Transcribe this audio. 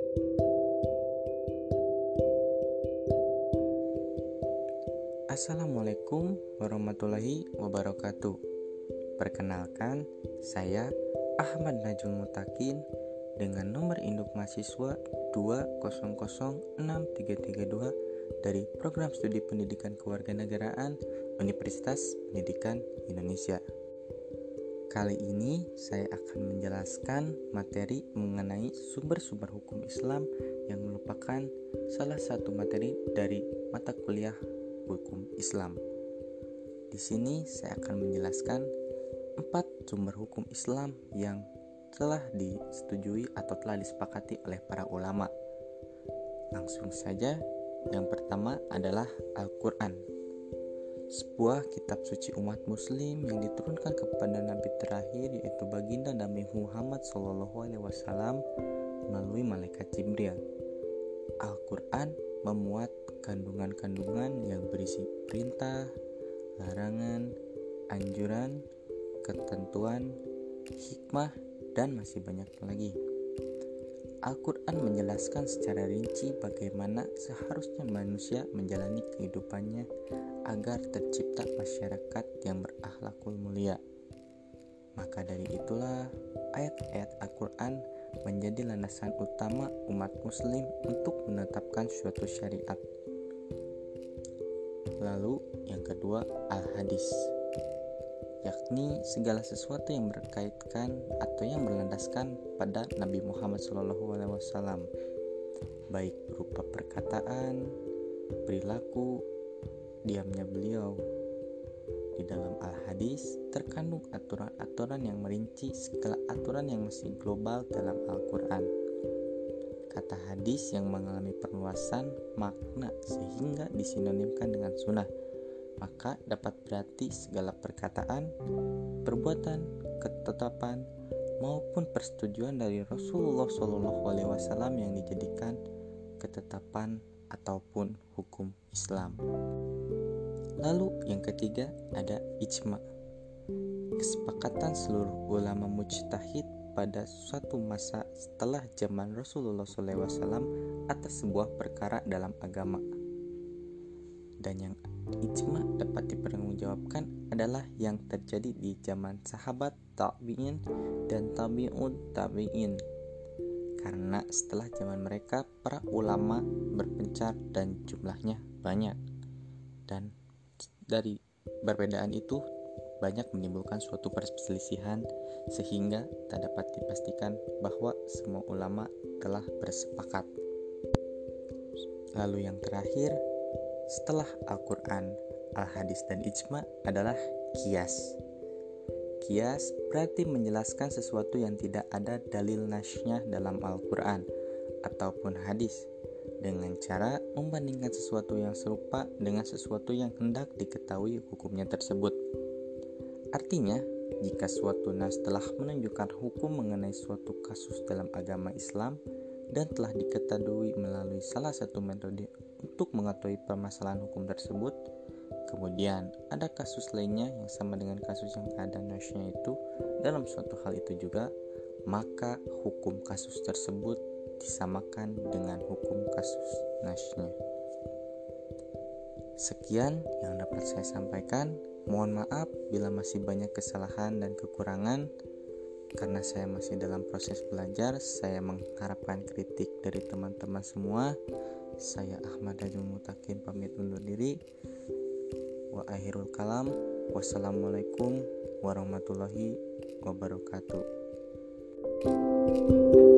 Assalamualaikum warahmatullahi wabarakatuh. Perkenalkan, saya Ahmad Najul Mutakin dengan nomor induk mahasiswa 2006332 dari Program Studi Pendidikan Kewarganegaraan Universitas Pendidikan Indonesia. Kali ini saya akan menjelaskan materi mengenai sumber-sumber hukum Islam yang merupakan salah satu materi dari mata kuliah hukum Islam. Di sini saya akan menjelaskan 4 sumber hukum Islam yang telah disetujui atau telah disepakati oleh para ulama. Langsung saja, yang pertama adalah Al-Quran, sebuah kitab suci umat muslim yang diturunkan kepada Nabi terakhir, yaitu baginda Nabi Muhammad SAW melalui malaikat Jibril. Al-Quran memuat kandungan-kandungan yang berisi perintah, larangan, anjuran, ketentuan, hikmah, dan masih banyak lagi. Al-Quran menjelaskan secara rinci bagaimana seharusnya manusia menjalani kehidupannya agar tercipta masyarakat yang berakhlakul mulia. Maka dari itulah ayat-ayat Al-Quran menjadi landasan utama umat muslim untuk menetapkan suatu syariat. Lalu yang kedua, Al-Hadis, yakni segala sesuatu yang berkaitkan atau yang berlandaskan pada Nabi Muhammad SAW, baik berupa perkataan, perilaku, diamnya beliau. Di dalam Al-Hadis terkandung aturan-aturan yang merinci segala aturan yang masih global dalam Al-Quran. Kata hadis yang mengalami perluasan makna sehingga disinonimkan dengan sunnah, maka dapat berarti segala perkataan, perbuatan, ketetapan, maupun persetujuan dari Rasulullah SAW yang dijadikan ketetapan ataupun hukum Islam. Lalu yang ketiga ada ijma, kesepakatan seluruh ulama mujtahid pada suatu masa setelah zaman Rasulullah SAW atas sebuah perkara dalam agama. Dan yang ijma dapat dipertanggungjawabkan adalah yang terjadi di zaman sahabat, tabi'in, dan tabi'ut tabi'in. Karena setelah zaman mereka para ulama berpencar dan jumlahnya banyak. Dan dari perbedaan itu banyak menimbulkan suatu perselisihan sehingga tak dapat dipastikan bahwa semua ulama telah bersepakat. Lalu yang terakhir, setelah Al-Quran, Al-Hadis, dan Ijma adalah Qiyas. Qiyas berarti menjelaskan sesuatu yang tidak ada dalil nasnya dalam Al-Quran ataupun hadis dengan cara membandingkan sesuatu yang serupa dengan sesuatu yang hendak diketahui hukumnya tersebut. Artinya, jika suatu nas telah menunjukkan hukum mengenai suatu kasus dalam agama Islam dan telah diketahui melalui salah satu metode untuk mengetahui permasalahan hukum tersebut, kemudian ada kasus lainnya yang sama dengan kasus yang ada nasnya itu dalam suatu hal itu juga, maka hukum kasus tersebut disamakan dengan hukum kasus nasnya. Sekian yang dapat saya sampaikan. Mohon maaf bila masih banyak kesalahan dan kekurangan. Karena saya masih dalam proses belajar, saya mengharapkan kritik dari teman-teman semua. Saya Ahmad Najul Mutakin pamit undur diri. Wa akhirul kalam. Wassalamualaikum warahmatullahi wabarakatuh.